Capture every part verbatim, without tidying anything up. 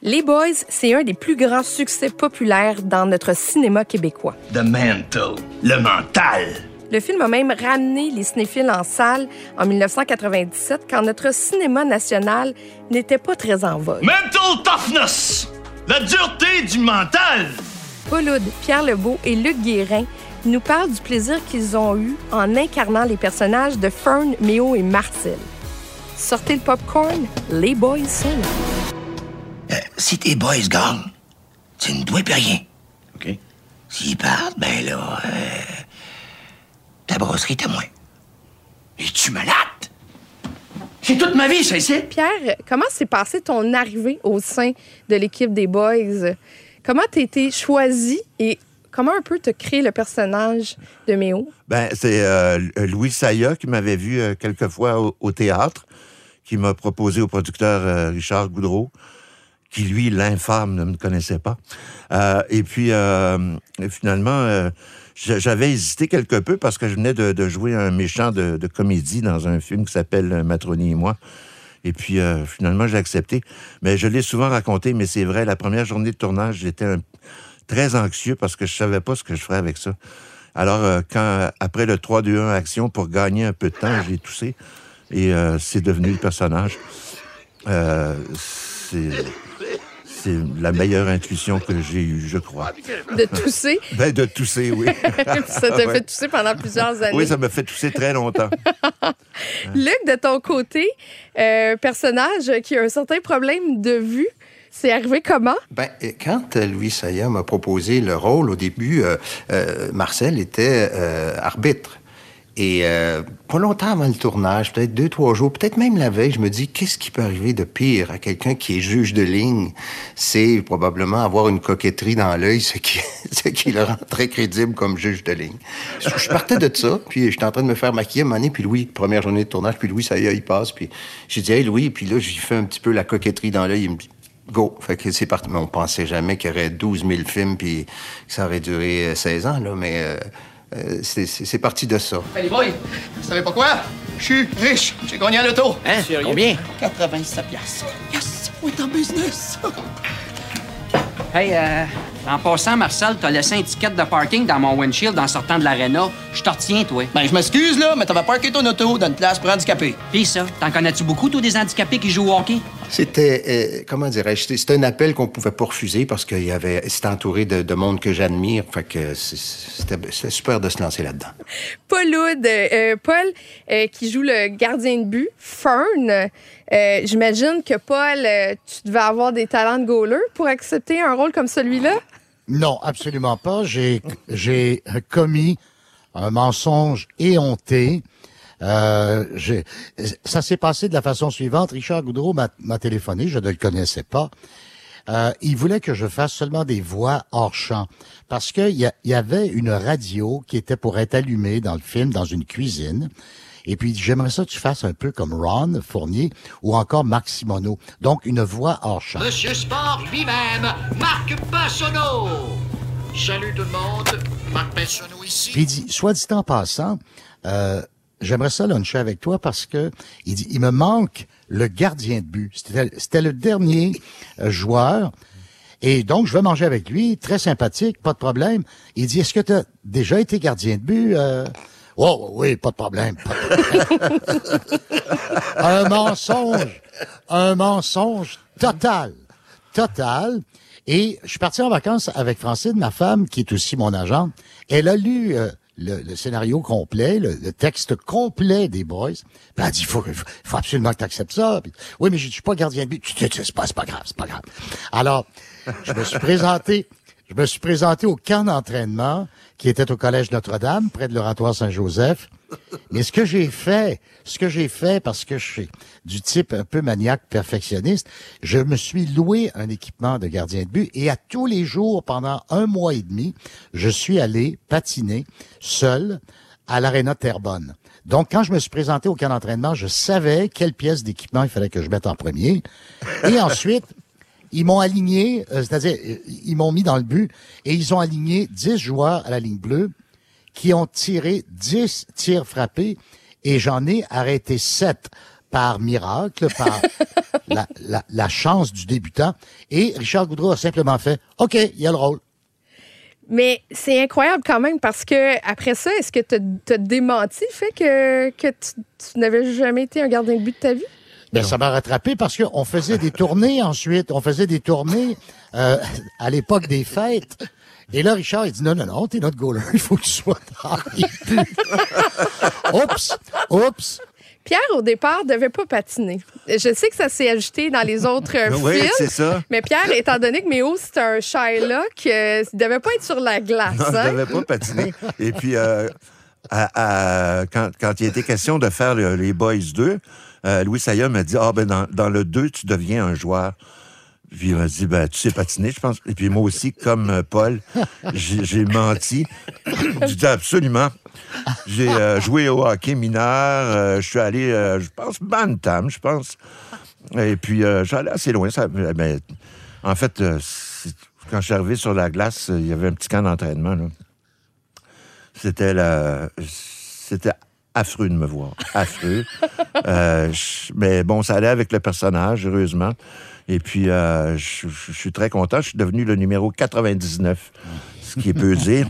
Les Boys, c'est un des plus grands succès populaires dans notre cinéma québécois. The Mental, le mental. Le film a même ramené les cinéphiles en salle en dix-neuf cent quatre-vingt-dix-sept, quand notre cinéma national n'était pas très en vogue. Mental toughness, la dureté du mental. Paul Oud, Pierre Lebeau et Luc Guérin nous parlent du plaisir qu'ils ont eu en incarnant les personnages de Fern, Méo et Marcel. Sortez le popcorn, les boys sont là. Euh, si tes boys gagnent, tu ne dois plus rien. OK. S'ils partent, ben là, euh, ta brasserie est à moi. Es-tu malade? C'est toute ma vie, ça, ici. Pierre, comment s'est passée ton arrivée au sein de l'équipe des Boys? Comment t'as été choisi et comment un peu t'as créé le personnage de Méo? Ben, c'est euh, Louis Saya qui m'avait vu euh, quelques fois au, au théâtre, qui m'a proposé au producteur euh, Richard Goudreau, qui, lui, l'infâme, ne me connaissait pas. Euh, et puis, euh, finalement, euh, j'avais hésité quelque peu parce que je venais de, de jouer un méchant de, de comédie dans un film qui s'appelle Matrony et moi. Et puis, euh, finalement, j'ai accepté. Mais je l'ai souvent raconté, mais c'est vrai, la première journée de tournage, j'étais un, très anxieux parce que je savais pas ce que je ferais avec ça. Alors, euh, quand, après le trois deux un action, pour gagner un peu de temps, j'ai toussé. Et euh, c'est devenu le personnage. Euh, c'est... C'est la meilleure intuition que j'ai eue, je crois. De tousser? Ben, de tousser, oui. Ça t'a ouais. fait tousser pendant plusieurs années. Oui, ça m'a fait tousser très longtemps. Luc, de ton côté, euh, personnage qui a un certain problème de vue, c'est arrivé comment? Ben, quand Louis Saya m'a proposé le rôle, au début, euh, euh, Marcel était euh, arbitre. Et euh, pas longtemps avant le tournage, peut-être deux, trois jours, peut-être même la veille, je me dis, qu'est-ce qui peut arriver de pire à quelqu'un qui est juge de ligne? C'est probablement avoir une coquetterie dans l'œil, ce qui, ce qui le rend très crédible comme juge de ligne. Je, je partais de ça, puis j'étais en train de me faire maquiller à un moment donné, puis Louis, première journée de tournage, puis Louis, ça y est, il passe, puis j'ai dit, hey Louis, puis là, j'ai fait un petit peu la coquetterie dans l'œil, il me dit, go. Fait que c'est parti. Mais on pensait jamais qu'il y aurait douze mille films, puis que ça aurait duré seize ans, là, mais... Euh, Euh, c'est, c'est, c'est parti de ça. Hey, les boys, vous savez pas quoi? Je suis riche. J'ai gagné à l'auto. Hein? Combien? quatre-vingt-sept piastres. Yes! On est en business. Hey, euh, en passant, Marcel, t'as laissé un ticket de parking dans mon windshield en sortant de l'aréna. Je te retiens, toi. Ben, je m'excuse, là, mais t'avais parké ton auto dans une place pour handicapés. Pis ça, t'en connais-tu beaucoup, toi, des handicapés qui jouent au hockey? C'était, euh, comment dirais-je, c'était, c'était un appel qu'on pouvait pas refuser parce qu'il y avait, c'était entouré de, de monde que j'admire. Fait que c'était, c'était super de se lancer là-dedans. Paul Oud, euh, Paul, euh, qui joue le gardien de but, Fern. Euh, j'imagine que, Paul, euh, tu devais avoir des talents de goaler pour accepter un rôle comme celui-là? Non, absolument pas. J'ai, j'ai commis un mensonge éhonté. Euh, j'ai, ça s'est passé de la façon suivante. Richard Goudreau m'a, m'a téléphoné, je ne le connaissais pas. Euh, il voulait que je fasse seulement des voix hors champ parce qu'il y, y avait une radio qui était pour être allumée dans le film, dans une cuisine. Et puis, j'aimerais ça que tu fasses un peu comme Ron Fournier ou encore Marc Simoneau. Donc, une voix hors champ. Monsieur Sport lui-même, Marc Passonneau. Salut tout le monde, Marc Passonneau ici. Puis il dit, soit dit en passant, euh, j'aimerais ça luncher avec toi parce que il dit, il me manque le gardien de but. C'était, c'était le dernier euh, joueur. Et donc, je vais manger avec lui, très sympathique, pas de problème. Il dit, est-ce que tu as déjà été gardien de but? Euh, Oh, oui, pas de problème. Pas de problème. Un mensonge. Un mensonge total. Total. Et je suis parti en vacances avec Francine, ma femme, qui est aussi mon agente. Elle a lu euh, le, le scénario complet, le, le texte complet des Boys. Puis elle a dit, il faut, faut absolument que tu acceptes ça. Puis, oui, mais je suis pas gardien de but. C'est pas, c'est pas grave, c'est pas grave. Alors, je me suis présenté... Je me suis présenté au camp d'entraînement qui était au Collège Notre-Dame, près de l'Oratoire Saint-Joseph. Mais ce que j'ai fait, ce que j'ai fait, parce que je suis du type un peu maniaque perfectionniste, je me suis loué un équipement de gardien de but et à tous les jours, pendant un mois et demi, je suis allé patiner seul à l'Aréna Terrebonne. Donc, quand je me suis présenté au camp d'entraînement, je savais quelle pièce d'équipement il fallait que je mette en premier. Et ensuite... Ils m'ont aligné, euh, c'est-à-dire, ils m'ont mis dans le but et ils ont aligné dix joueurs à la ligne bleue qui ont tiré dix tirs frappés et j'en ai arrêté sept par miracle, par la, la, la chance du débutant. Et Richard Goudreau a simplement fait « OK, il y a le rôle ». Mais c'est incroyable quand même parce que après ça, est-ce que tu as démenti le fait que, que tu, tu n'avais jamais été un gardien de but de ta vie? Ben, ça m'a rattrapé parce qu'on faisait des tournées ensuite. On faisait des tournées euh, à l'époque des fêtes. Et là, Richard, il dit non, non, non, t'es notre goaler, il faut que tu sois dans les buts. Oups, oups. Pierre, au départ, devait pas patiner. Je sais que ça s'est ajouté dans les autres euh, oui, films. c'est ça. Mais Pierre, étant donné que Méo, c'est un Shylock, euh, il devait pas être sur la glace. Non, hein? je devais pas patiner. Et puis, euh, à, à, quand, quand il était question de faire le, les Boys deux, euh, Louis Saya m'a dit, ah, ben, dans, dans le deux, tu deviens un joueur. Puis il m'a dit, ben, tu sais patiner, je pense. Et puis moi aussi, comme euh, Paul, j'ai, j'ai menti. J'ai dit absolument. J'ai euh, joué au hockey mineur. Euh, je suis allé, euh, je pense, Bantam, je pense. Et puis, euh, j'allais assez loin. Ça, ben, en fait, euh, quand je suis arrivé sur la glace, il y avait un petit camp d'entraînement, là. C'était la... C'était affreux de me voir. Affreux. euh, je, mais bon, ça allait avec le personnage, heureusement. Et puis, euh, je, je suis très content. Je suis devenu le numéro quatre-vingt-dix-neuf, ce qui est peu dire.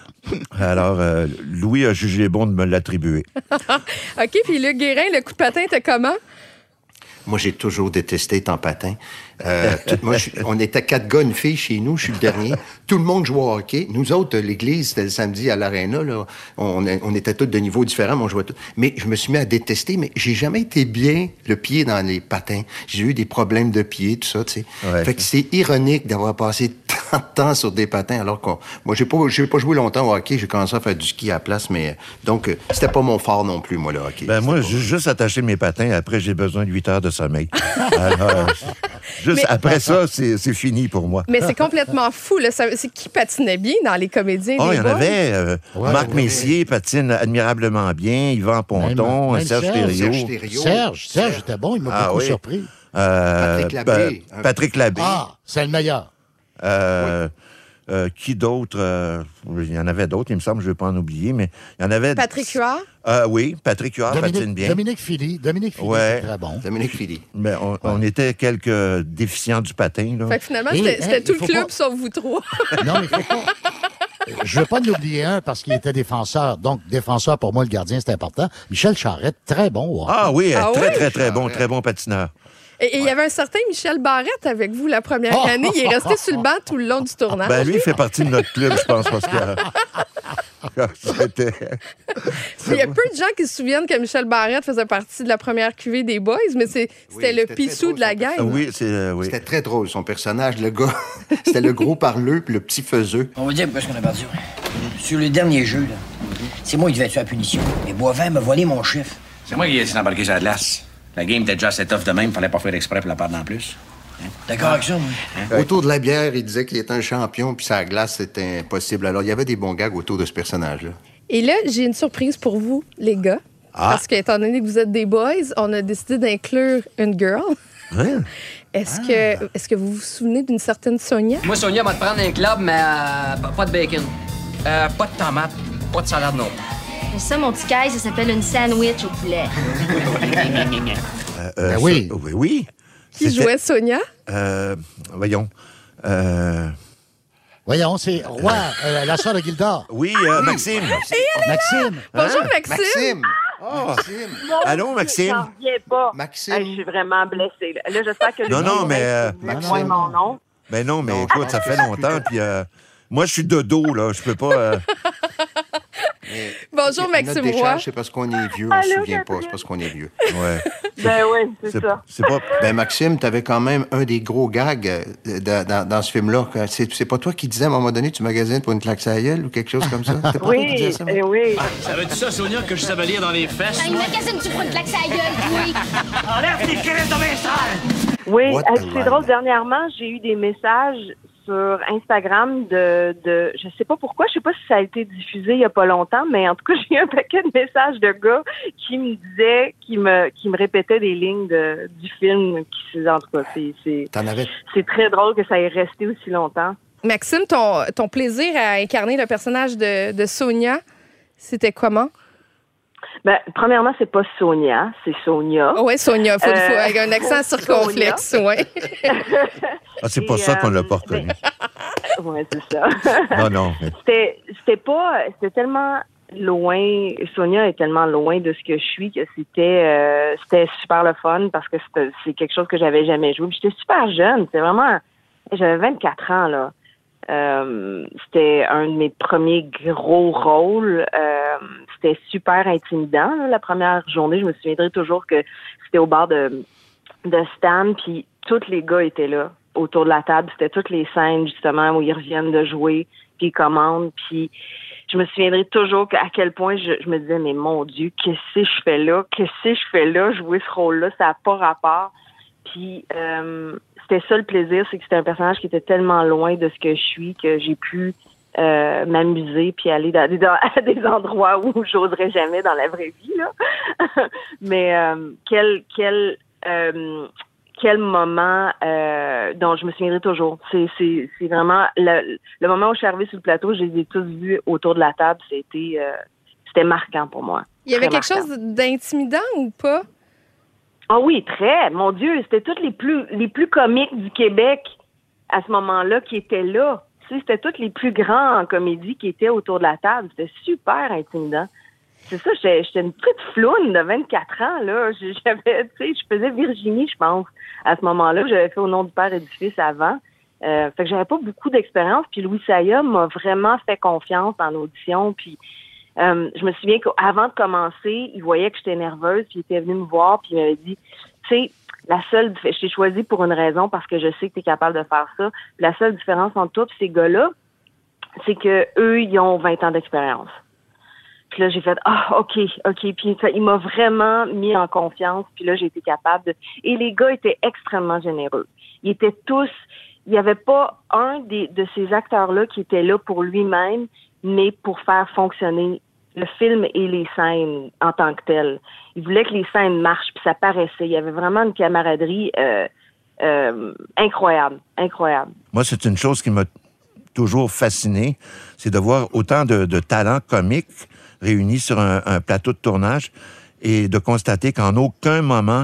Alors, euh, Louis a jugé bon de me l'attribuer. OK, puis Luc Guérin, le coup de patin était comment? Moi, j'ai toujours détesté être en patin. Euh, tout, moi, je, on était quatre gars, une fille chez nous, je suis le dernier. Tout le monde jouait au hockey. Nous autres, l'église, c'était le samedi à l'aréna, là. On, on était tous de niveaux différents, mais on jouait tous. Mais je me suis mis à détester, mais j'ai jamais été bien le pied dans les patins. J'ai eu des problèmes de pied, tout ça, tu sais. Ouais. Fait que c'est ironique d'avoir passé tant de temps sur des patins, alors que moi, j'ai pas, j'ai pas joué longtemps au hockey. J'ai commencé à faire du ski à la place, mais donc, c'était pas mon fort non plus, moi, le hockey. Ben, moi, pas... j'ai juste attaché mes patins. Après, j'ai besoin de huit heures de sommeil. Alors, juste mais, après ça, c'est, c'est fini pour moi. Mais c'est complètement fou, là. Ça, c'est qui patinait bien dans les comédiens? Oh, il y en boys? avait. Euh, ouais, Marc ouais, Messier ouais. patine admirablement bien. Yvan Ponton, même, même Serge Thériault. Serge, Serge, Serge était bon. Il m'a ah, beaucoup oui. surpris. Euh, Patrick Labbé. Euh, Patrick Labbé. Ah, c'est le meilleur. Euh, oui. Euh, qui d'autre? Euh, il y en avait d'autres, il me semble, je ne vais pas en oublier, mais il y en avait... Patrick Huard? Euh, oui, Patrick Huard Dominique, patine bien. Dominique Philly. Dominique Philly, ouais. c'est très bon. Dominique Philly. Mais on, ouais. on était quelques déficients du patin, là. Fait que finalement, c'était, Et, c'était hein, tout le club, pas... sauf vous trois. Non, mais il faut pas... Je ne veux pas en oublier un parce qu'il était défenseur. Donc, défenseur, pour moi, le gardien, c'est important. Michel Charette, très bon. Hein. Ah oui, ah très, oui? très, très bon, très bon patineur. Et il ouais. y avait un certain Michel Barrette avec vous la première oh! année. Il est resté sur le banc tout le long du tournage. Ben lui, il fait partie de notre club, je pense, parce que... C'était... Il y a peu de gens qui se souviennent que Michel Barrette faisait partie de la première cuvée des Boys, mais c'est, c'était oui, le pissou de la gang. Oui, c'est, euh, oui. C'était très drôle, son personnage. Le gars, c'était le gros parleux puis le petit faiseux. On va dire parce qu'on a perdu. Sur le dernier jeu, là, c'est moi qui devais être sur la punition. Et Boivin m'a volé mon chiffre. C'est moi qui ai essayé d'embarquer sur la glace. La game était déjà assez tough de même, fallait pas faire exprès pour la perdre en plus. Hein? D'accord avec ça, moi. Hein? Autour de la bière, il disait qu'il était un champion, puis sa glace, c'était impossible. Alors, il y avait des bons gags autour de ce personnage-là. Et là, j'ai une surprise pour vous, les gars. Ah. Parce qu'étant donné que vous êtes des boys, on a décidé d'inclure une girl. Hein? Est-ce, ah. que, est-ce que vous vous souvenez d'une certaine Sonia? Moi, Sonia va te prendre un club, mais euh, pas de bacon. Euh, pas de tomate, pas de salade non plus. Ça, mon petit caille, ça s'appelle une sandwich au poulet. euh, euh, ben oui. Ça, oui, oui. Qui C'était... jouait Sonia? Euh, voyons. Euh... Voyons, c'est Roy, euh, la sœur de Gildor. Oui, euh, Maxime. Maxime. Bonjour, Maxime. Maxime. Oh. Maxime. Mon Allô, Maxime? J'en reviens pas. Maxime. Hey, je suis vraiment blessée. Là, là j'espère que... Non, le non, mais... Euh, Maxime. mon nom. Ben non, mais écoute, ça fait longtemps, puis... Euh, moi, je suis de dos, là. Je peux pas... Euh... Mais, bonjour, Maxime Roy. C'est parce qu'on est vieux, on ne se souvient pas. C'est parce qu'on est vieux. Ouais. Ben oui, c'est, c'est ça. C'est pas... Ben Maxime, t'avais quand même un des gros gags de, de, dans, dans ce film-là. C'est, c'est pas toi qui disais à un moment donné, tu magasines pour une claque à la gueule ou quelque chose comme ça? Pas oui, toi qui ça, eh oui. Ah, ça veut dire ça, Sonia, que je savais lire dans les fesses? Une magasine-tu pour une claque à la gueule, oui? Enlève tes crises de mes salles! Oui, c'est drôle. Dernièrement, j'ai eu des messages sur Instagram de, de... Je sais pas pourquoi, je sais pas si ça a été diffusé il y a pas longtemps, mais en tout cas, j'ai eu un paquet de messages de gars qui me disaient, qui me qui me répétaient des lignes de, du film. Qui, en tout cas, c'est, c'est, T'en avais... c'est très drôle que ça ait resté aussi longtemps. Maxime, ton, ton plaisir à incarner le personnage de, de Sonia, c'était comment? Ben, premièrement, c'est pas Sonia, c'est Sonia. Oh oui, Sonia, faut, Euh, faut, avec un accent circonflexe, oui. Ah, c'est pour Et, ça qu'on l'a euh, pas reconnu. Oui, c'est ça. Non, non. mais- C'était, c'était pas, c'était tellement loin, Sonia est tellement loin de ce que je suis que c'était, euh, c'était super le fun parce que c'était, c'est quelque chose que j'avais jamais joué. Puis j'étais super jeune, c'était vraiment, j'avais vingt-quatre ans, là. Euh, c'était un de mes premiers gros rôles. Euh, c'était super intimidant, là, la première journée. Je me souviendrai toujours que c'était au bar de, de Stan, puis tous les gars étaient là, autour de la table. C'était toutes les scènes, justement, où ils reviennent de jouer, puis ils commandent, puis je me souviendrai toujours à quel point je, je me disais, mais mon Dieu, qu'est-ce que je fais là? Qu'est-ce que je fais là? Jouer ce rôle-là, ça n'a pas rapport. Puis euh, c'était ça le plaisir, c'est que c'était un personnage qui était tellement loin de ce que je suis que j'ai pu euh, m'amuser puis aller dans, dans, à des endroits où j'oserais jamais dans la vraie vie, là. Mais euh, quel quel euh, quel moment euh, dont je me souviendrai toujours. C'est c'est c'est vraiment le, le moment où je suis arrivée sur le plateau, je les ai tous vus autour de la table. C'était euh, c'était marquant pour moi. Il y avait Très quelque marquant. chose d'intimidant ou pas? Ah oui, très. Mon Dieu, c'était toutes les plus les plus comiques du Québec à ce moment-là qui étaient là. Tu sais, c'était toutes les plus grands en comédie qui étaient autour de la table. C'était super intimidant. C'est ça, j'étais, j'étais une petite floune de vingt-quatre ans, là. J'avais, tu sais, je faisais Virginie, je pense, à ce moment-là. J'avais fait Au nom du Père et du Fils avant. Euh, fait que j'avais pas beaucoup d'expérience. Puis Louis Saya m'a vraiment fait confiance en audition. Puis euh, je me souviens qu'avant de commencer, il voyait que j'étais nerveuse, puis il était venu me voir, puis il m'avait dit, tu sais, la seule, je t'ai choisi pour une raison, parce que je sais que tu es capable de faire ça. Puis la seule différence entre toi et ces gars-là, c'est que eux, ils ont vingt ans d'expérience. Puis là, j'ai fait, ah, OK, OK. Puis ça, il m'a vraiment mis en confiance. Puis là, j'ai été capable de... Et les gars étaient extrêmement généreux. Ils étaient tous... Il n'y avait pas un des, de ces acteurs-là qui était là pour lui-même, mais pour faire fonctionner le film et les scènes en tant que telles. Ils voulaient que les scènes marchent, puis ça paraissait. Il y avait vraiment une camaraderie euh, euh, incroyable, incroyable. Moi, c'est une chose qui m'a toujours fasciné, c'est de voir autant de, de talents comiques réunis sur un, un plateau de tournage et de constater qu'en aucun moment,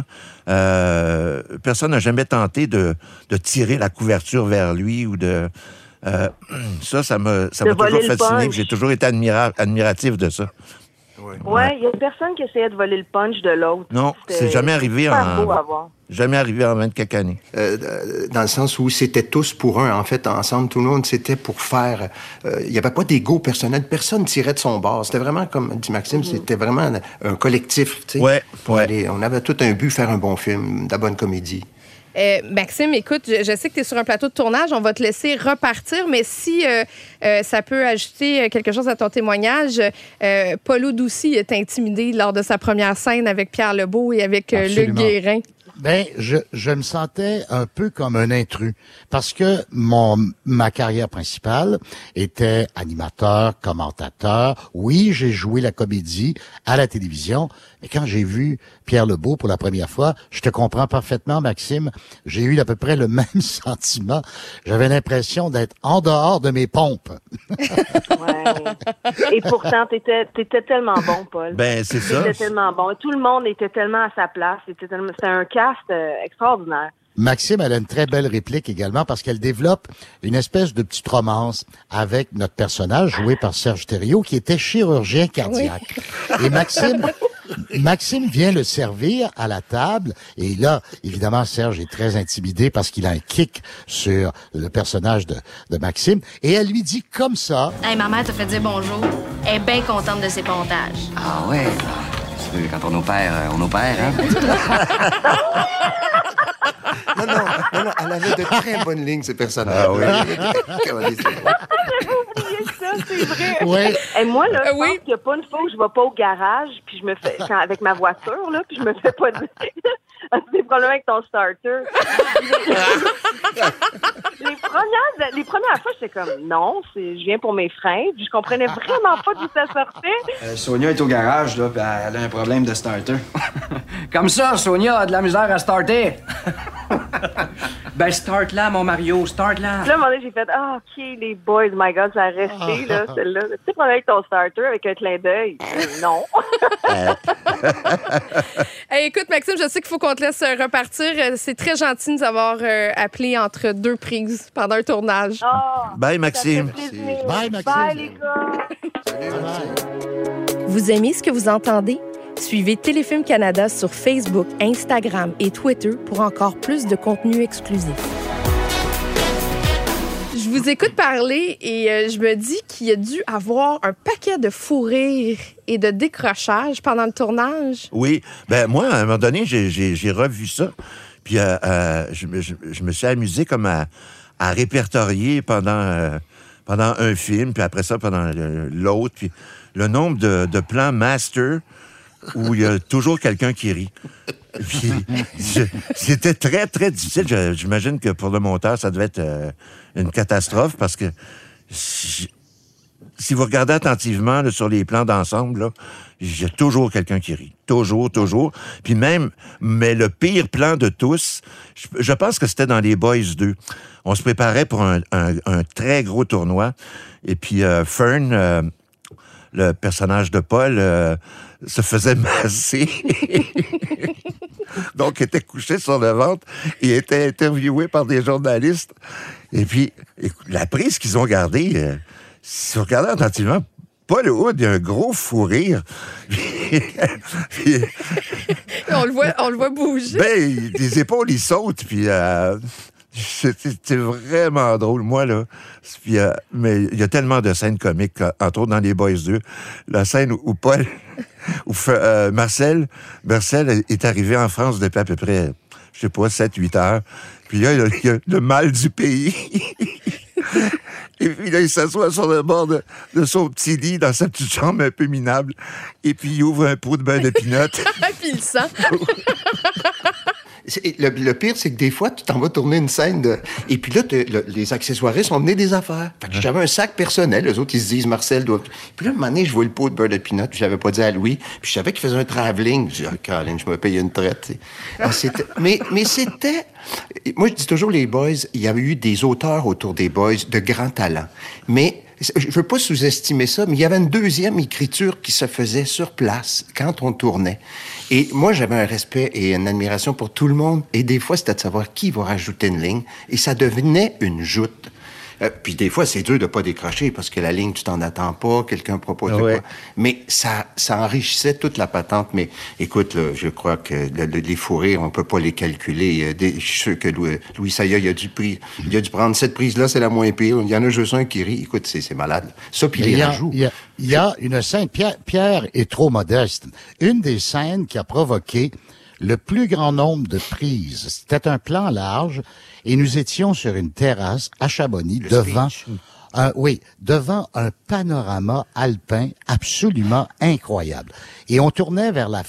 euh, personne n'a jamais tenté de, de tirer la couverture vers lui ou de... Euh, ça, ça m'a, ça De m'a toujours voler le fasciné. punch. J'ai toujours été admira- admiratif de ça. Ouais, il y a personne qui essayait de voler le punch de l'autre. Non, C'était c'est jamais arrivé super beau à en... voir. Jamais arrivé en vingt quelques années. Euh, dans le sens où c'était tous pour un. En fait, ensemble, tout le monde, c'était pour faire... euh, Il n'y avait pas d'ego personnel. Personne tirait de son bord. C'était vraiment, comme dit Maxime, c'était vraiment un collectif. Tu sais, Ouais, pour ouais. aller- on avait tout un but, faire un bon film, de la bonne comédie. Euh, Maxime, écoute, je, je sais que tu es sur un plateau de tournage. On va te laisser repartir, mais si euh, euh, ça peut ajouter quelque chose à ton témoignage, euh, Paulo Doucy est intimidé lors de sa première scène avec Pierre Lebeau et avec euh, Luc Absolument. Guérin. Ben, je, je me sentais un peu comme un intrus parce que mon ma carrière principale était animateur, commentateur. Oui, j'ai joué la comédie à la télévision, mais quand j'ai vu Pierre Lebeau pour la première fois, je te comprends parfaitement, Maxime, j'ai eu à peu près le même sentiment. J'avais l'impression d'être en dehors de mes pompes. Et pourtant, t'étais, t'étais tellement bon, Paul. Ben, c'est ça. T'étais tellement bon. Tout le monde était tellement à sa place. C'était, tellement, c'était un cast euh, extraordinaire. Maxime, elle a une très belle réplique également parce qu'elle développe une espèce de petite romance avec notre personnage joué par Serge Thériault qui était chirurgien cardiaque. Et Maxime, Maxime vient le servir à la table et là, évidemment, Serge est très intimidé parce qu'il a un kick sur le personnage de, de Maxime et elle lui dit comme ça. Hey, ma mère t'a fait dire bonjour. Elle est bien contente de ses pontages. Ah ouais? C'est que quand on opère, euh, on opère, hein? Non, non, non, non, elle avait de très bonnes lignes, ce personnage. Ah oui. J'avais oublié ça, c'est vrai. Ouais. Et moi, là, je Euh, pense oui. qu'il n'y a pas une fois où je vais pas au garage, puis je me fais, quand- avec ma voiture, là, puis je me fais pas dire, des problèmes avec ton starter. les, les premières, les premières fois, j'étais j'étais comme, non, c'est, je viens pour mes freins. Puis je comprenais vraiment pas d'où ça sortait. Euh, Sonia est au garage, là, puis elle a un problème de starter. Comme ça, Sonia a de la misère à starter. Ben, start là, mon Mario, start là. Puis là, à un moment donné, j'ai fait, ah, OK, les boys, my God, ça a resté, là, celle-là. Tu sais, problème avec ton starter, avec un clin d'œil. Euh, non. Hey, écoute, Maxime, je sais qu'il faut qu'on te laisse repartir. C'est très gentil de nous avoir euh, appelé entre deux prises pendant un tournage. Oh, Bye, Maxime. Bye, Maxime. Bye, les gars. Vous aimez ce que vous entendez? Suivez Téléfilm Canada sur Facebook, Instagram et Twitter pour encore plus de contenu exclusif. Je vous écoute parler et euh, je me dis qu'il y a dû avoir un paquet de fous rires et de décrochages pendant le tournage. Oui. Ben moi, à un moment donné, j'ai, j'ai, j'ai revu ça. Puis euh, euh, je, je, je me suis amusé comme à, à répertorier pendant, euh, pendant un film, puis après ça, pendant l'autre. Puis le nombre de, de plans master où il y a toujours quelqu'un qui rit. Puis, je, c'était très, très difficile. Je, j'imagine que pour le monteur, ça devait être euh, une catastrophe parce que si, si vous regardez attentivement là, sur les plans d'ensemble, là, il y a toujours quelqu'un qui rit. Toujours, toujours. Puis même, mais le pire plan de tous, je, je pense que c'était dans les Boys deux. On se préparait pour un, un, un très gros tournoi. Et puis euh, Fern... Euh, le personnage de Paul euh, se faisait masser. Donc, il était couché sur le ventre et était interviewé par des journalistes. Et puis, écoute, la prise qu'ils ont gardée, euh, si vous regardez attentivement, Paul Hood, il a un gros fou rire. Puis, on, le voit, on le voit bouger. Ben, les épaules, ils sautent, puis... Euh, C'était vraiment drôle, moi, là. Puis, euh, mais il y a tellement de scènes comiques, entre autres dans les Boys deux. La scène où, où Paul, où euh, Marcel, Marcel est arrivé en France depuis à peu près, je sais pas, sept huit heures. Puis là, il a, il a le mal du pays. Et puis là, il s'assoit sur le bord de, de son petit lit, dans sa petite chambre un peu minable. Et puis, il ouvre un pot de beurre de pinot. Puis il sent. Le, le pire, c'est que des fois, tu t'en vas tourner une scène de... Et puis là, le, les accessoiristes ont mené des affaires. Fait que j'avais un sac personnel. Les autres, ils se disent, Marcel doit... Puis là, un moment donné, je vois le pot de beurre de pinot, puis je l'avais pas dit à Louis. Puis je savais qu'il faisait un travelling. Je dis, ah, Caroline, je me paye une traite. Ah, c'était... Mais, mais c'était... Moi, je dis toujours, les boys, il y avait eu des auteurs autour des boys de grands talents. Mais... Je veux pas sous-estimer ça, mais il y avait une deuxième écriture qui se faisait sur place quand on tournait. Et moi, j'avais un respect et une admiration pour tout le monde. Et des fois, c'était de savoir qui va rajouter une ligne. Et ça devenait une joute. Euh, puis des fois, c'est dur de pas décrocher parce que la ligne, tu t'en attends pas, quelqu'un propose de ouais. quoi. Mais ça, ça enrichissait toute la patente. Mais écoute, là, je crois que le, le, les fous rires, on peut pas les calculer. Des, je suis sûr que Louis, Louis Saya, il a dû pris, il a dû prendre cette prise-là, c'est la moins pire. Il y en a juste un qui rit. Écoute, c'est, c'est malade. Ça, puis les rajouts. Il y a, il y a une scène, Pierre, Pierre est trop modeste. Une des scènes qui a provoqué le plus grand nombre de prises. C'était un plan large et nous étions sur une terrasse à Chamonix le devant un, oui, devant un panorama alpin absolument incroyable. Et on tournait vers la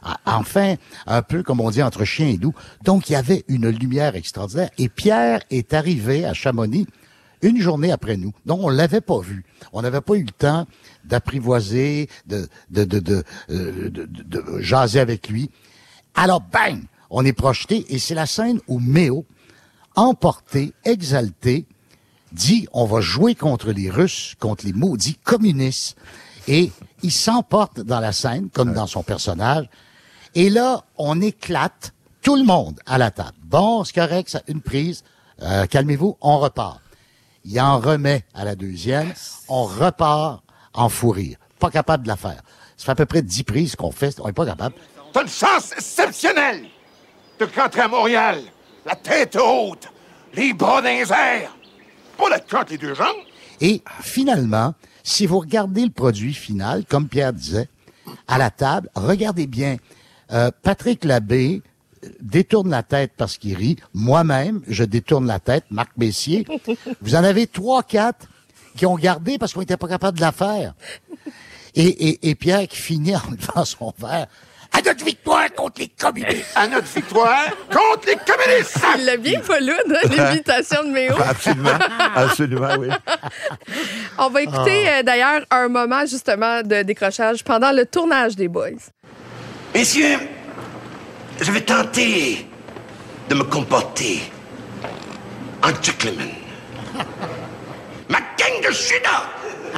enfin un peu comme on dit entre chien et loup. Donc il y avait une lumière extraordinaire et Pierre est arrivé à Chamonix une journée après nous. Donc, on l'avait pas vu. On n'avait pas eu le temps d'apprivoiser, de, de, de, de, de, de, de, de jaser avec lui. Alors, bang! On est projeté et c'est la scène où Méo, emporté, exalté, dit on va jouer contre les Russes, contre les maudits communistes. Et il s'emporte dans la scène, comme dans son personnage. Et là, on éclate tout le monde à la table. Bon, c'est correct, ça, une prise. Euh, calmez-vous, on repart. Il en remet à la deuxième. On repart en fou rire. Pas capable de la faire. Ça fait à peu près dix prises qu'on fait. On n'est pas capable. T'as une chance exceptionnelle de rentrer à Montréal. La tête haute, les bras dans les airs. Pas la tête entre les deux jambes. Et finalement, si vous regardez le produit final, comme Pierre disait, à la table, regardez bien. Euh, Patrick Labbé détourne la tête parce qu'il rit. Moi-même, je détourne la tête. Marc Messier. Vous en avez trois, quatre qui ont gardé parce qu'on n'était pas capable de la faire. Et, et, et Pierre qui finit en levant son verre. À notre victoire contre les communistes! À notre victoire contre les communistes! Il l'a bien pas là, hein, l'imitation de Méo. Absolument, absolument, oui. On va écouter euh, d'ailleurs un moment justement de décrochage pendant le tournage des Boys. Messieurs, je vais tenter de me comporter en gentleman. Ma gang de china!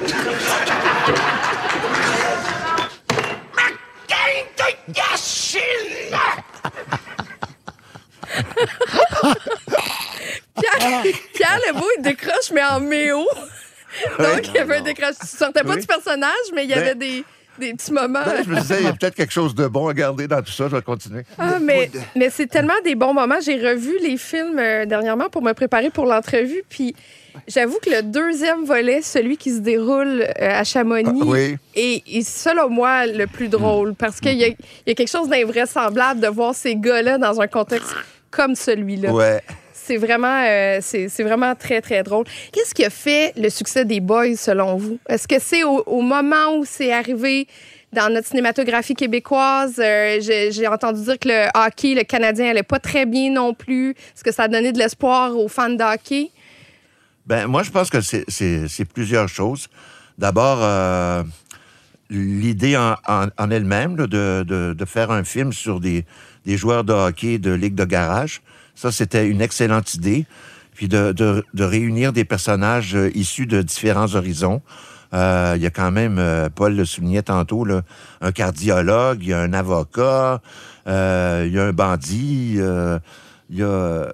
Ma gang de Yachine! Pierre, Pierre Lebeau, il décroche, mais en Méo. Donc, il y avait un décroche. Tu ne sortais pas Oui. du personnage, mais il y avait Ben- des, des petits moments. Ben, je me disais, il y a peut-être quelque chose de bon à garder dans tout ça. Je vais continuer. Ah, mais, mais c'est tellement des bons moments. J'ai revu les films euh, dernièrement pour me préparer pour l'entrevue. Puis j'avoue que le deuxième volet, celui qui se déroule euh, à Chamonix, Ah, oui. est, est, selon moi, le plus drôle. Parce qu'il y a, il y a quelque chose d'invraisemblable de voir ces gars-là dans un contexte comme celui-là. Ouais. C'est vraiment, euh, c'est, c'est vraiment très, très drôle. Qu'est-ce qui a fait le succès des Boys, selon vous? Est-ce que c'est au, au moment où c'est arrivé dans notre cinématographie québécoise? Euh, j'ai, j'ai entendu dire que le hockey, le Canadien, allait pas très bien non plus. Est-ce que ça a donné de l'espoir aux fans de hockey? Ben, moi, je pense que c'est, c'est, c'est plusieurs choses. D'abord, euh, l'idée en, en, en elle-même là, de, de, de faire un film sur des, des joueurs de hockey de ligue de garage, ça, c'était une excellente idée. Puis de, de, de réunir des personnages euh, issus de différents horizons. Euh, il y a quand même, euh, Paul le soulignait tantôt, là, un cardiologue, il y a un avocat, euh, il y a un bandit, euh, il y a euh,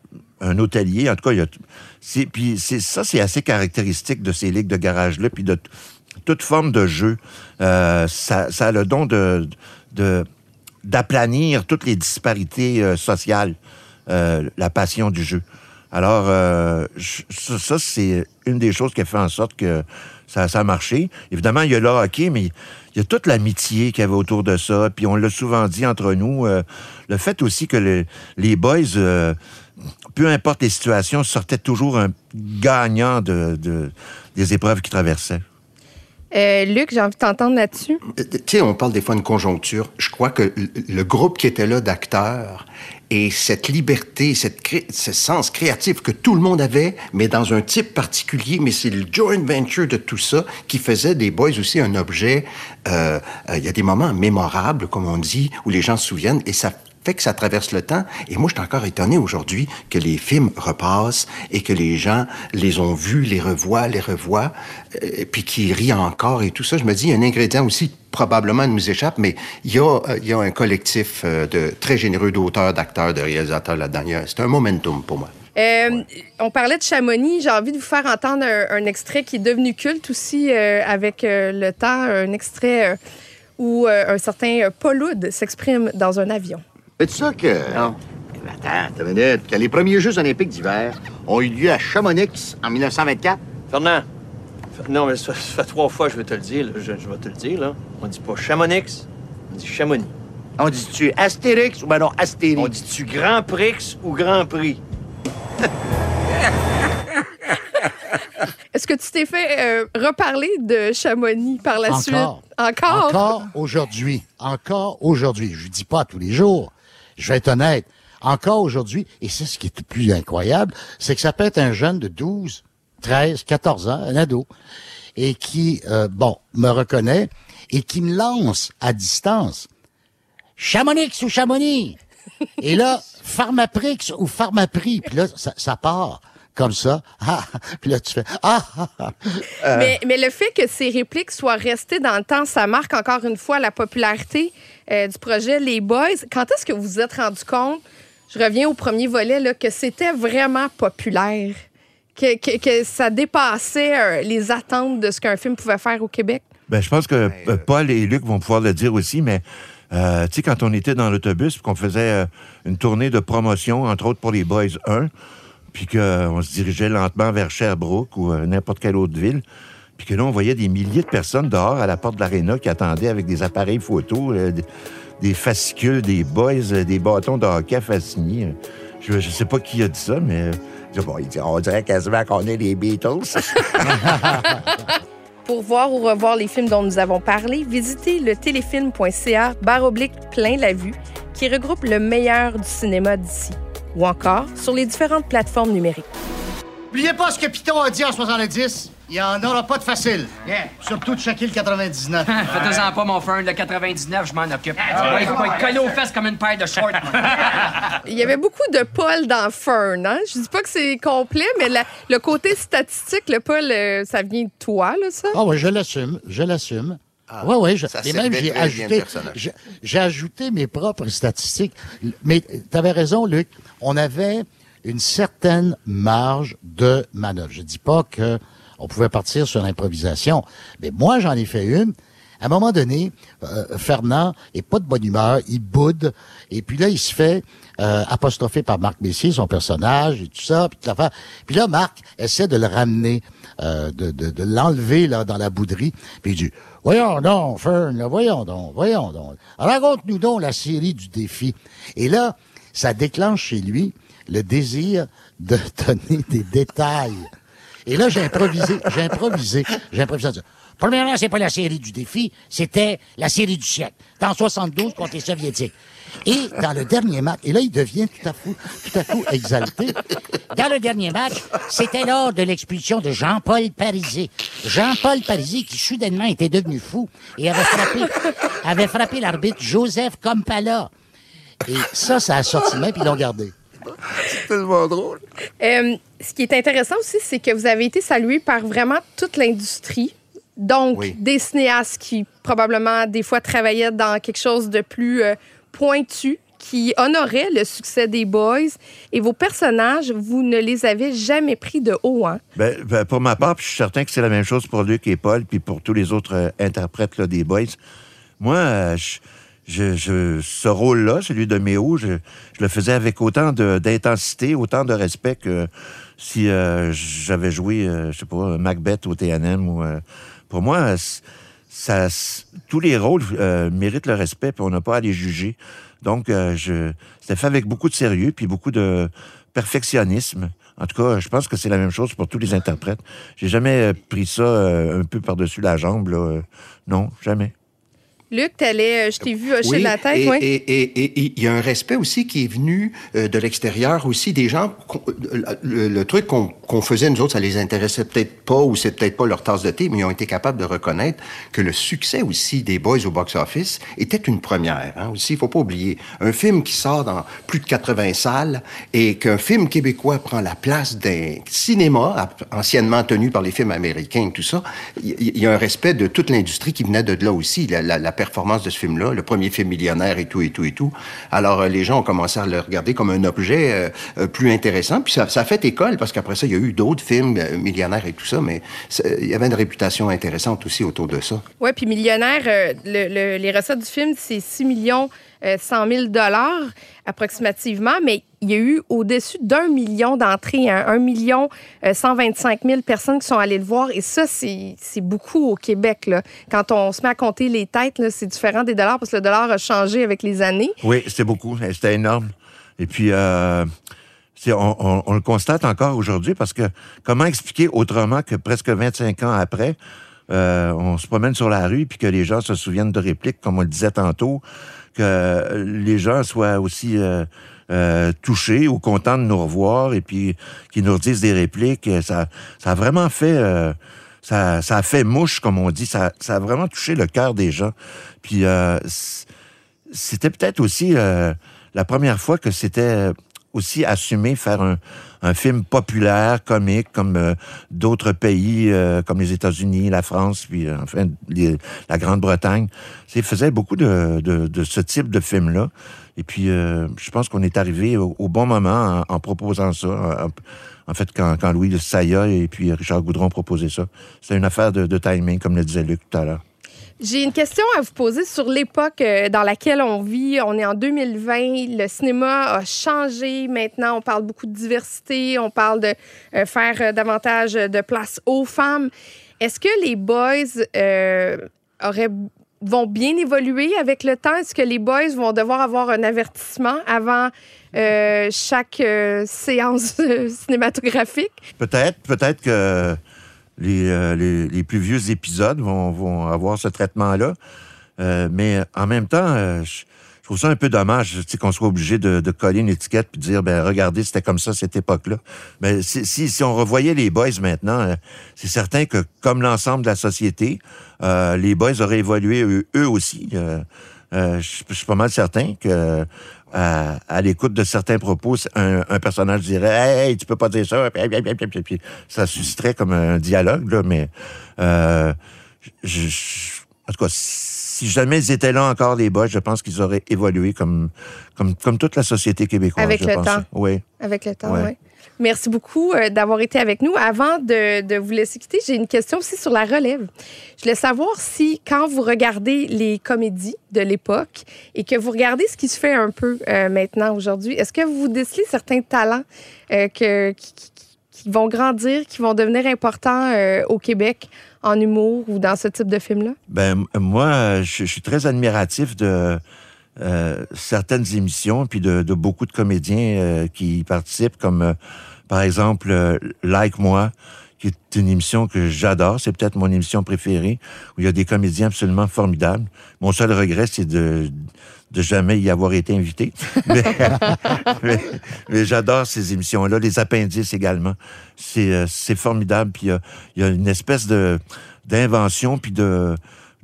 un hôtelier. En tout cas, il y a... C'est, puis c'est, ça, c'est assez caractéristique de ces ligues de garage-là, puis de t- toute forme de jeu. Euh, ça, ça a le don de, de, d'aplanir toutes les disparités euh, sociales. Euh, la passion du jeu. Alors, euh, je, ça, ça, c'est une des choses qui a fait en sorte que ça, ça a marché. Évidemment, il y a le hockey, mais il y a toute l'amitié qu'il y avait autour de ça. Puis on l'a souvent dit entre nous. Euh, le fait aussi que le, les boys, euh, peu importe les situations, sortaient toujours un gagnant de, de, des épreuves qu'ils traversaient. Euh, Luc, j'ai envie de t'entendre là-dessus. Euh, Tu sais, on parle des fois de conjoncture. Je crois que le, le groupe qui était là d'acteurs et cette liberté, cette cré... ce sens créatif que tout le monde avait, mais dans un type particulier, mais c'est le joint venture de tout ça qui faisait des Boys aussi un objet. Il euh, euh, y a des moments mémorables, comme on dit, où les gens se souviennent, et ça fait que ça traverse le temps. Et moi, je suis encore étonné aujourd'hui que les films repassent et que les gens les ont vus, les revoient, les revoient, euh, puis qu'ils rient encore et tout ça. Je me dis, il y a un ingrédient aussi qui probablement nous échappe, mais il y a, euh, il y a un collectif euh, de très généreux d'auteurs, d'acteurs, de réalisateurs là-dedans. Il y a- C'est un momentum pour moi. Euh, on parlait de Chamonix. J'ai envie de vous faire entendre un, un extrait qui est devenu culte aussi euh, avec euh, le temps. Un extrait euh, où euh, un certain euh, Paul Oud s'exprime dans un avion. C'est ça que... Non. Attends, t'as une minute. Que les premiers Jeux olympiques d'hiver ont eu lieu à Chamonix en dix-neuf cent vingt-quatre. Fernand, non, mais ça, ça fait trois fois que je vais te le dire. Là. Je, je vais te le dire, là. On dit pas Chamonix, on dit Chamonix. On dit-tu Astérix ou ben non, Astérie? On dit-tu Grand Prix ou Grand Prix? Est-ce que tu t'es fait euh, reparler de Chamonix par la Encore. suite? Encore? Encore aujourd'hui. Encore aujourd'hui. Je ne dis pas tous les jours. Je vais être honnête. Encore aujourd'hui. Et c'est ce qui est le plus incroyable, c'est que ça peut être un jeune de douze, treize, quatorze ans, un ado, et qui, euh, bon, me reconnaît et qui me lance à distance. Chamonix ou Chamonix? Et là, Pharmaprix ou Pharmaprix? Puis là, ça, ça part comme ça. Ah, puis là, tu fais ah, ah, ah. Euh, Mais, mais le fait que ces répliques soient restées dans le temps, ça marque encore une fois la popularité euh, du projet Les Boys. Quand est-ce que vous vous êtes rendu compte, je reviens au premier volet, là, que c'était vraiment populaire, que, que, que ça dépassait euh, les attentes de ce qu'un film pouvait faire au Québec? Ben, je pense que euh, Paul et Luc vont pouvoir le dire aussi, mais euh, tu sais, quand on était dans l'autobus puis qu'on faisait euh, une tournée de promotion, entre autres pour les Boys un, puis qu'on se dirigeait lentement vers Sherbrooke ou euh, n'importe quelle autre ville, puis que là, on voyait des milliers de personnes dehors à la porte de l'aréna qui attendaient avec des appareils photos, euh, des, des fascicules, des Boys, euh, des bâtons de hockey fascinés. Je ne sais pas qui a dit ça, mais euh, bon, il dit, on dirait quasiment qu'on est les Beatles. Pour voir ou revoir les films dont nous avons parlé, visitez le téléfilm.ca barre oblique plein la vue qui regroupe le meilleur du cinéma d'ici. Ou encore sur les différentes plateformes numériques. N'oubliez pas ce que Python a dit en soixante-dix. Il n'y en aura pas de facile. Yeah. Surtout de checker le quatre-vingt-dix-neuf. Faites-en pas, mon Fern. Le quatre-vingt-dix-neuf, je m'en occupe. Ah, ouais, il va être collé aux fesses comme une paire de shorts. Il y avait beaucoup de Paul dans Fern. Hein? Je dis pas que c'est complet, mais la, le côté statistique, le Paul, euh, ça vient de toi, là, ça? Ah oui, je l'assume. Je l'assume. Ah, oui, oui. Je, et même, j'ai ajouté, j'ai, j'ai ajouté mes propres statistiques. Mais tu avais raison, Luc. On avait une certaine marge de manœuvre. Je dis pas que on pouvait partir sur l'improvisation, mais moi, j'en ai fait une. À un moment donné, euh, Fernand est pas de bonne humeur, il boude, et puis là, il se fait euh, apostropher par Marc Messier, son personnage, et tout ça, puis toute l'affaire. Puis là, Marc essaie de le ramener, euh, de, de, de l'enlever là dans la bouderie, puis il dit « Voyons donc, Fern, là, voyons donc, voyons donc. Raconte-nous donc la série du défi. » Et là, ça déclenche chez lui le désir de donner des détails. Et là, j'ai improvisé, j'ai improvisé, j'ai improvisé. Premièrement, c'est pas la série du défi, c'était la série du siècle. C'était en soixante-douze contre les Soviétiques. Et dans le dernier match, et là, il devient tout à coup, tout à coup exalté. Dans le dernier match, c'était lors de l'expulsion de Jean-Paul Parizeau. Jean-Paul Parizeau qui soudainement était devenu fou et avait frappé, avait frappé l'arbitre Joseph Kompala. Et ça, ça a sorti main, puis ils l'ont gardé. C'est tellement drôle. Euh, ce qui est intéressant aussi, c'est que vous avez été salué par vraiment toute l'industrie. Donc, oui. Des cinéastes qui, probablement, des fois, travaillaient dans quelque chose de plus euh, pointu, qui honoraient le succès des Boys. Et vos personnages, vous ne les avez jamais pris de haut, hein? Ben, ben, pour ma part, je suis certain que c'est la même chose pour Luc et Paul, puis pour tous les autres euh, interprètes là, des Boys. Moi, euh, je... Je, je, ce rôle-là, celui de Méo, je, je le faisais avec autant de, d'intensité, autant de respect que si euh, j'avais joué, euh, je sais pas, Macbeth au T N M. Ou, euh, pour moi, ça, tous les rôles euh, méritent le respect, puis on n'a pas à les juger. Donc, euh, je, c'était fait avec beaucoup de sérieux, puis beaucoup de perfectionnisme. En tout cas, je pense que c'est la même chose pour tous les interprètes. J'ai jamais pris ça euh, un peu par-dessus la jambe, là. Non, jamais. Luc, t'allais, je t'ai vu hocher oui, la tête, et, oui. Et il et, et, y a un respect aussi qui est venu euh, de l'extérieur aussi, des gens. Le, le truc qu'on, qu'on faisait, nous autres, ça les intéressait peut-être pas ou c'est peut-être pas leur tasse de thé, mais ils ont été capables de reconnaître que le succès aussi des Boys au box-office était une première. Hein, aussi, il faut pas oublier. Un film qui sort dans plus de quatre-vingts salles et qu'un film québécois prend la place d'un cinéma anciennement tenu par les films américains et tout ça, il y, y a un respect de toute l'industrie qui venait de là aussi. La, la, la performance de ce film-là, le premier film millionnaire et tout, et tout, et tout. Alors, euh, les gens ont commencé à le regarder comme un objet euh, euh, plus intéressant. Puis ça, ça a fait école, parce qu'après ça, il y a eu d'autres films euh, millionnaires et tout ça, mais il y avait une réputation intéressante aussi autour de ça. Oui, puis millionnaire, euh, le, le, les recettes du film, c'est six millions cent mille dollars approximativement, mais il y a eu au-dessus d'un million d'entrées, hein, un million cent vingt-cinq mille personnes qui sont allées le voir, et ça, c'est, c'est beaucoup au Québec, là. Quand on se met à compter les têtes, là, c'est différent des dollars, parce que le dollar a changé avec les années. Oui, c'était beaucoup, c'était énorme. Et puis, euh, c'est, on, on, on le constate encore aujourd'hui, parce que comment expliquer autrement que presque vingt-cinq ans après, euh, on se promène sur la rue, puis que les gens se souviennent de répliques, comme on le disait tantôt, que les gens soient aussi euh, euh, touchés ou contents de nous revoir et puis qu'ils nous redisent des répliques. Ça, ça a vraiment fait... Euh, ça, ça a fait mouche, comme on dit. Ça, ça a vraiment touché le cœur des gens. Puis euh, c'était peut-être aussi euh, la première fois que c'était aussi assumé faire un, un film populaire, comique, comme euh, d'autres pays, euh, comme les États-Unis, la France, puis euh, enfin les, la Grande-Bretagne. C'est faisait beaucoup de, de, de ce type de film-là. Et puis, euh, je pense qu'on est arrivé au, au bon moment en, en proposant ça. En, en fait, quand, quand Louis Saya et puis Richard Goudron proposaient ça. C'était une affaire de, de timing, comme le disait Luc tout à l'heure. J'ai une question à vous poser sur l'époque dans laquelle on vit. On est en deux mille vingt. Le cinéma a changé. Maintenant, on parle beaucoup de diversité. On parle de euh, faire davantage de place aux femmes. Est-ce que les Boys euh, auraient, vont bien évoluer avec le temps? Est-ce que les Boys vont devoir avoir un avertissement avant euh, chaque euh, séance cinématographique? Peut-être. Peut-être que... les, euh, les, les plus vieux épisodes vont, vont avoir ce traitement-là. Euh, mais en même temps, euh, je, je trouve ça un peu dommage qu'on soit obligé de, de coller une étiquette puis de dire, ben regardez, c'était comme ça cette époque-là. Mais si, si, si on revoyait les Boys maintenant, euh, c'est certain que comme l'ensemble de la société, euh, les Boys auraient évolué eux, eux aussi. Euh, euh, je, je suis pas mal certain que à, à l'écoute de certains propos, un, un personnage dirait « Hey, tu peux pas dire ça! » Puis ça susciterait comme un dialogue, là, mais euh, je, je, en tout cas, si jamais ils étaient là encore, les Boys, je pense qu'ils auraient évolué comme, comme, comme toute la société québécoise. Avec je le pense. temps. Oui. Avec le temps, oui. Ouais. Merci beaucoup euh, d'avoir été avec nous. Avant de, de vous laisser quitter, j'ai une question aussi sur la relève. Je voulais savoir si, quand vous regardez les comédies de l'époque et que vous regardez ce qui se fait un peu euh, maintenant, aujourd'hui, est-ce que vous décelez certains talents euh, que, qui, qui, qui vont grandir, qui vont devenir importants euh, au Québec en humour ou dans ce type de film-là? Ben moi, je, je suis très admiratif de euh, certaines émissions puis de, de beaucoup de comédiens euh, qui y participent, comme euh, par exemple euh, Like Moi, qui est une émission que j'adore. C'est peut-être mon émission préférée, où il y a des comédiens absolument formidables. Mon seul regret, c'est de de jamais y avoir été invité. mais, mais, mais j'adore ces émissions-là. Les appendices également. C'est, euh, c'est formidable. Puis il y, y a une espèce de d'invention, puis de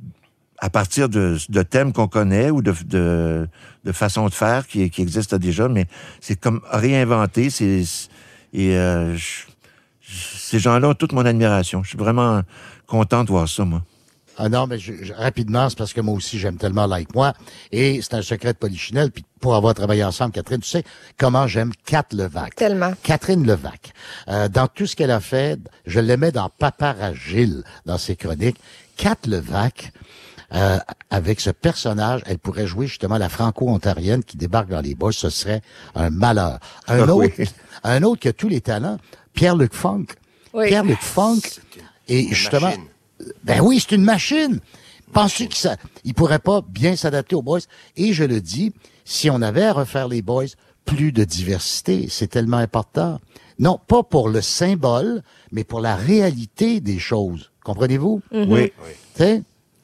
à partir de, de thèmes qu'on connaît ou de, de, de façons de faire qui, qui existent déjà, mais c'est comme réinventer. C'est, et euh, je, ces gens-là ont toute mon admiration. Je suis vraiment content de voir ça, moi. Ah non, mais je, je, rapidement, c'est parce que moi aussi, j'aime tellement Like Moi. Et c'est un secret de Polichinelle. Puis pour avoir travaillé ensemble, Catherine, tu sais comment j'aime Kat Levac. Tellement. Catherine Levac. Euh, dans tout ce qu'elle a fait, je l'aimais dans Paparagile, dans ses chroniques. Kat Levac, euh, avec ce personnage, elle pourrait jouer justement la franco-ontarienne qui débarque dans les Boys. Ce serait un malheur. Un Ah, autre, oui. un autre qui a tous les talents, Pierre-Luc Funk. Oui. Pierre-Luc Funk. Et justement... machine. Ben oui, c'est une machine. Pensez qu'il il pourrait pas bien s'adapter aux Boys? Et je le dis, si on avait à refaire les Boys, plus de diversité, c'est tellement important. Non, pas pour le symbole, mais pour la réalité des choses. Comprenez-vous? Mm-hmm. Oui. Tu sais?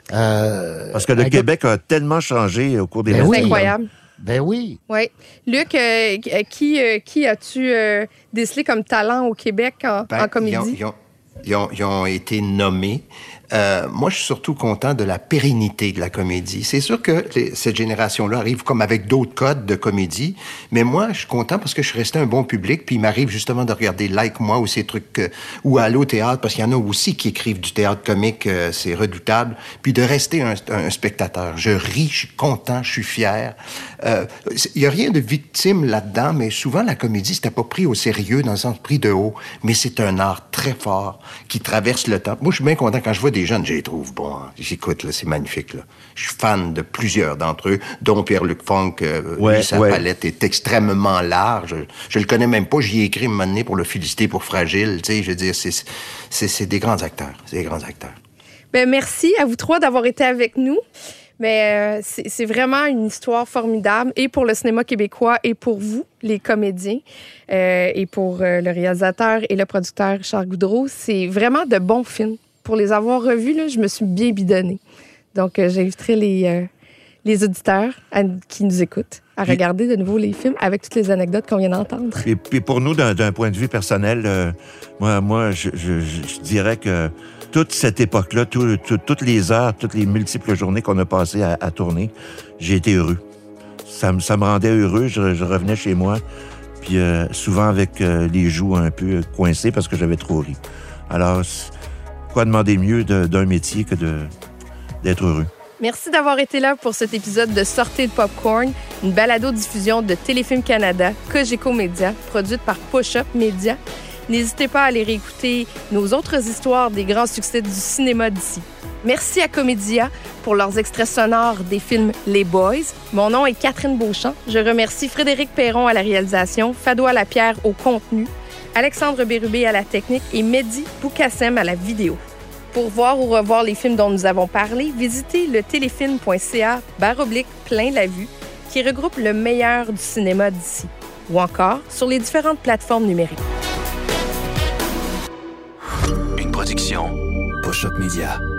Euh, Parce que le un Québec a tellement changé au cours des Ben vingt oui. C'est incroyable. Ben oui. Oui. Luc, euh, qui, euh, qui as-tu euh, décelé comme talent au Québec en, Ben, en comédie? Ils ont, ils ont, ils ont été nommés. Euh, moi, je suis surtout content de la pérennité de la comédie. C'est sûr que les, cette génération-là arrive comme avec d'autres codes de comédie, mais moi, je suis content parce que je suis resté un bon public, puis il m'arrive justement de regarder Like Moi ou ces trucs, euh, ou aller au théâtre, parce qu'il y en a aussi qui écrivent du théâtre comique, euh, c'est redoutable, puis de rester un, un spectateur. Je ris, je suis content, je suis fier. Euh, il y a rien de victime là-dedans, mais souvent, la comédie, c'était pas pris au sérieux, dans le sens pris de haut, mais c'est un art très fort qui traverse le temps. Moi, je suis bien content quand je vois des jeunes, je les trouve bons. Hein. J'écoute, là, c'est magnifique. Là. Je suis fan de plusieurs d'entre eux, dont Pierre-Luc Funk. Euh, Ouais, lui, sa ouais. palette est extrêmement large. Je, je le connais même pas. J'y ai écrit un moment donné pour le féliciter pour Fragile. Tu sais, je veux dire, c'est, c'est, c'est des grands acteurs. C'est des grands acteurs. Ben, merci à vous trois d'avoir été avec nous. Mais euh, c'est, c'est vraiment une histoire formidable, et pour le cinéma québécois, et pour vous, les comédiens, euh, et pour euh, le réalisateur et le producteur Richard Goudreau. C'est vraiment de bons films. Pour les avoir revus, là, je me suis bien bidonnée. Donc, euh, j'inviterai les, euh, les auditeurs à, qui nous écoutent à regarder de nouveau les films avec toutes les anecdotes qu'on vient d'entendre. Et puis pour nous, d'un, d'un point de vue personnel, euh, moi, moi je, je, je dirais que toute cette époque-là, tout, tout, toutes les heures, toutes les multiples journées qu'on a passées à, à tourner, j'ai été heureux. Ça, me- ça me rendait heureux. Je, je revenais chez moi, puis euh, souvent avec euh, les joues un peu coincées parce que j'avais trop ri. Alors, c'est- quoi demander mieux de- d'un métier que de, d'être heureux? Merci d'avoir été là pour cet épisode de Sortez le Popcorn, une balado-diffusion de Téléfilm Canada, Cogeco Média, produite par Push-Up Média. N'hésitez pas à aller réécouter nos autres histoires des grands succès du cinéma d'ici. Merci à Comédia pour leurs extraits sonores des films Les Boys. Mon nom est Catherine Beauchamp. Je remercie Frédéric Perron à la réalisation, Fadoua Lapierre au contenu, Alexandre Bérubé à la technique et Mehdi Boukassem à la vidéo. Pour voir ou revoir les films dont nous avons parlé, visitez le téléfilm point c a barre oblique plein la vue qui regroupe le meilleur du cinéma d'ici, ou encore sur les différentes plateformes numériques. Une production, Push-Up Media.